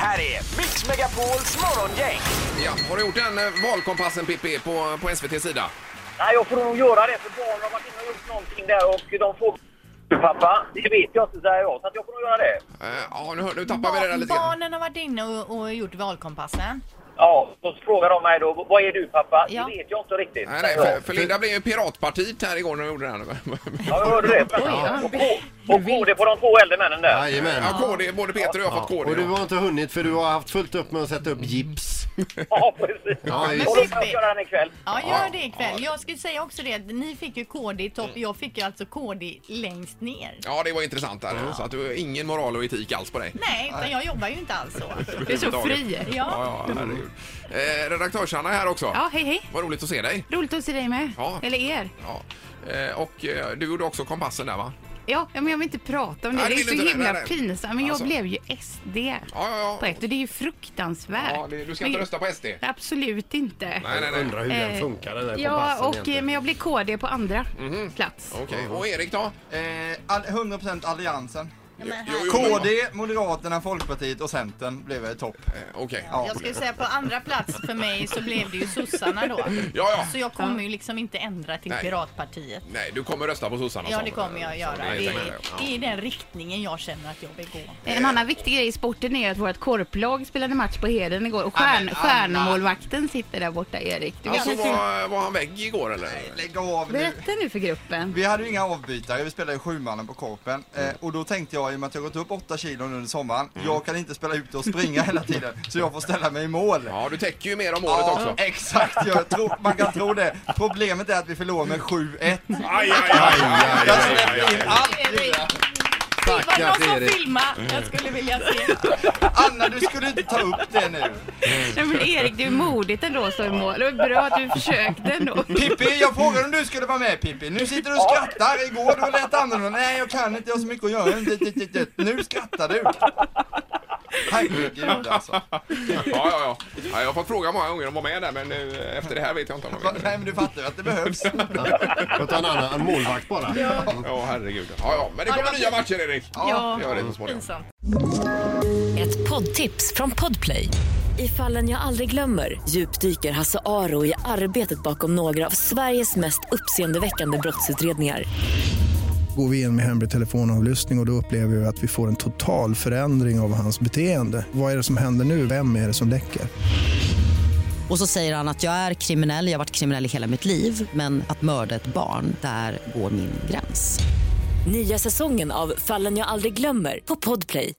här är Mix Megapols morgongäng. Ja, har du gjort den valkompassen, Pippi, på SVT:s sida? Nej, jag får nog göra det, för barnen har varit inne och gjort någonting där och de får... Pappa, det vet jag inte, säger jag, så att jag får nog göra det. Ja, nu tappar vi det där lite grann. Barnen har varit inne och gjort valkompassen. Ja, så frågar de mig då, vad är du pappa? Ja. Det vet jag inte riktigt. Nej, för Linda blev ju piratpartiet här igår när de gjorde det här. Ja, jag hörde det. Och KD på de två äldre männen där. Jajamän. Ja, KD, både Peter och jag har fått KD. Och du har inte hunnit för du har haft fullt upp med att sätta upp gips. Ja, precis. Ja, Och just. då ska jag göra den ikväll. Ja, gör det ikväll. Jag skulle säga också det, ni fick ju KD i topp, jag fick ju alltså KD längst ner. Ja, det var intressant där. Så att du har ingen moral och etik alls på dig. Nej, utan jag jobbar ju inte alls så. Du är så fri. Ja. Herregud. Redaktörs-Anna är här också. Ja, hej. Vad roligt att se dig. Roligt att se dig med. Ja. Eller er. Ja. Och du gjorde också kompassen där, va? Ja, men jag vill inte prata om det. Nej, Det är vill så inte det. himla Nej. pinsamt. Men Alltså. jag blev ju SD Ja. på ett. Och det är ju fruktansvärt. Ja, du ska inte rösta på SD? Absolut inte. Nej. Undrar hur den funkar, den här Ja, kompassen och, egentligen. men jag blir KD på andra plats. Okej. Och Erik då? 100% Alliansen. Jo, KD, Moderaterna, Folkpartiet och Centern blev i topp. Okej. Ja. Jag skulle säga på andra plats för mig så blev det ju sossarna då. Ja. Så jag kommer ju liksom inte ändra till Nej. Piratpartiet. Nej, du kommer rösta på sossarna. Ja, sa det du. kommer jag göra. Nej, Det tänker jag. är den riktningen jag känner att jag vill gå. En annan viktig grej i sporten är att vårt korplag spelade match på Heden igår. Och stjärnmålvakten sitter där borta, Erik. Du vet Alltså, inte- var han vägg igår eller? Lägg av nu. Berätta nu för gruppen. Vi hade ju inga avbytare, vi spelade i 7-mannen på Korpen. Och då tänkte jag, i och med att jag gått upp 8 kilo under sommaren, jag kan inte spela ut och springa hela tiden, så jag får ställa mig i mål. Ja, du täcker ju mer om året också. Exakt, man kan tro det. Problemet är att vi förlorar med 7-1. Aj. Jag släppte in allt i det. Det var någon Stackars som Erik. filmar. Jag skulle vilja se. Anna, du skulle inte ta upp det nu. Nej, men Erik, du är modigt ändå så i mål. Det var bra att du försökte ändå. Pippi, jag frågade om du skulle vara med, Pippi. Nu sitter du och skrattar. Igår då lät annorlunda. Nej, jag kan inte, jag har så mycket att göra. Nu skrattar du. Herregud alltså. Ja, jag har fått fråga många gånger om att vara med där, men efter det här vet jag inte om de vill. Nej, men du fattar ju att det behövs. Jag tar en annan målvakt bara. Ja, herregud. Ja, men det kommer nya matcher, Erik. Ja, Gör det så småningom. pinsamt. Ett poddtips från Podplay. I Fallen jag aldrig glömmer djupdyker Hasse Aro i arbetet bakom några av Sveriges mest uppseendeväckande brottsutredningar. Går vi in med hemlig telefonavlyssning och då upplever vi att vi får en total förändring av hans beteende. Vad är det som händer nu? Vem är det som läcker? Och så säger han att jag är kriminell, jag har varit kriminell i hela mitt liv. Men att mörda ett barn, där går min gräns. Nya säsongen av Fallen jag aldrig glömmer på Podplay.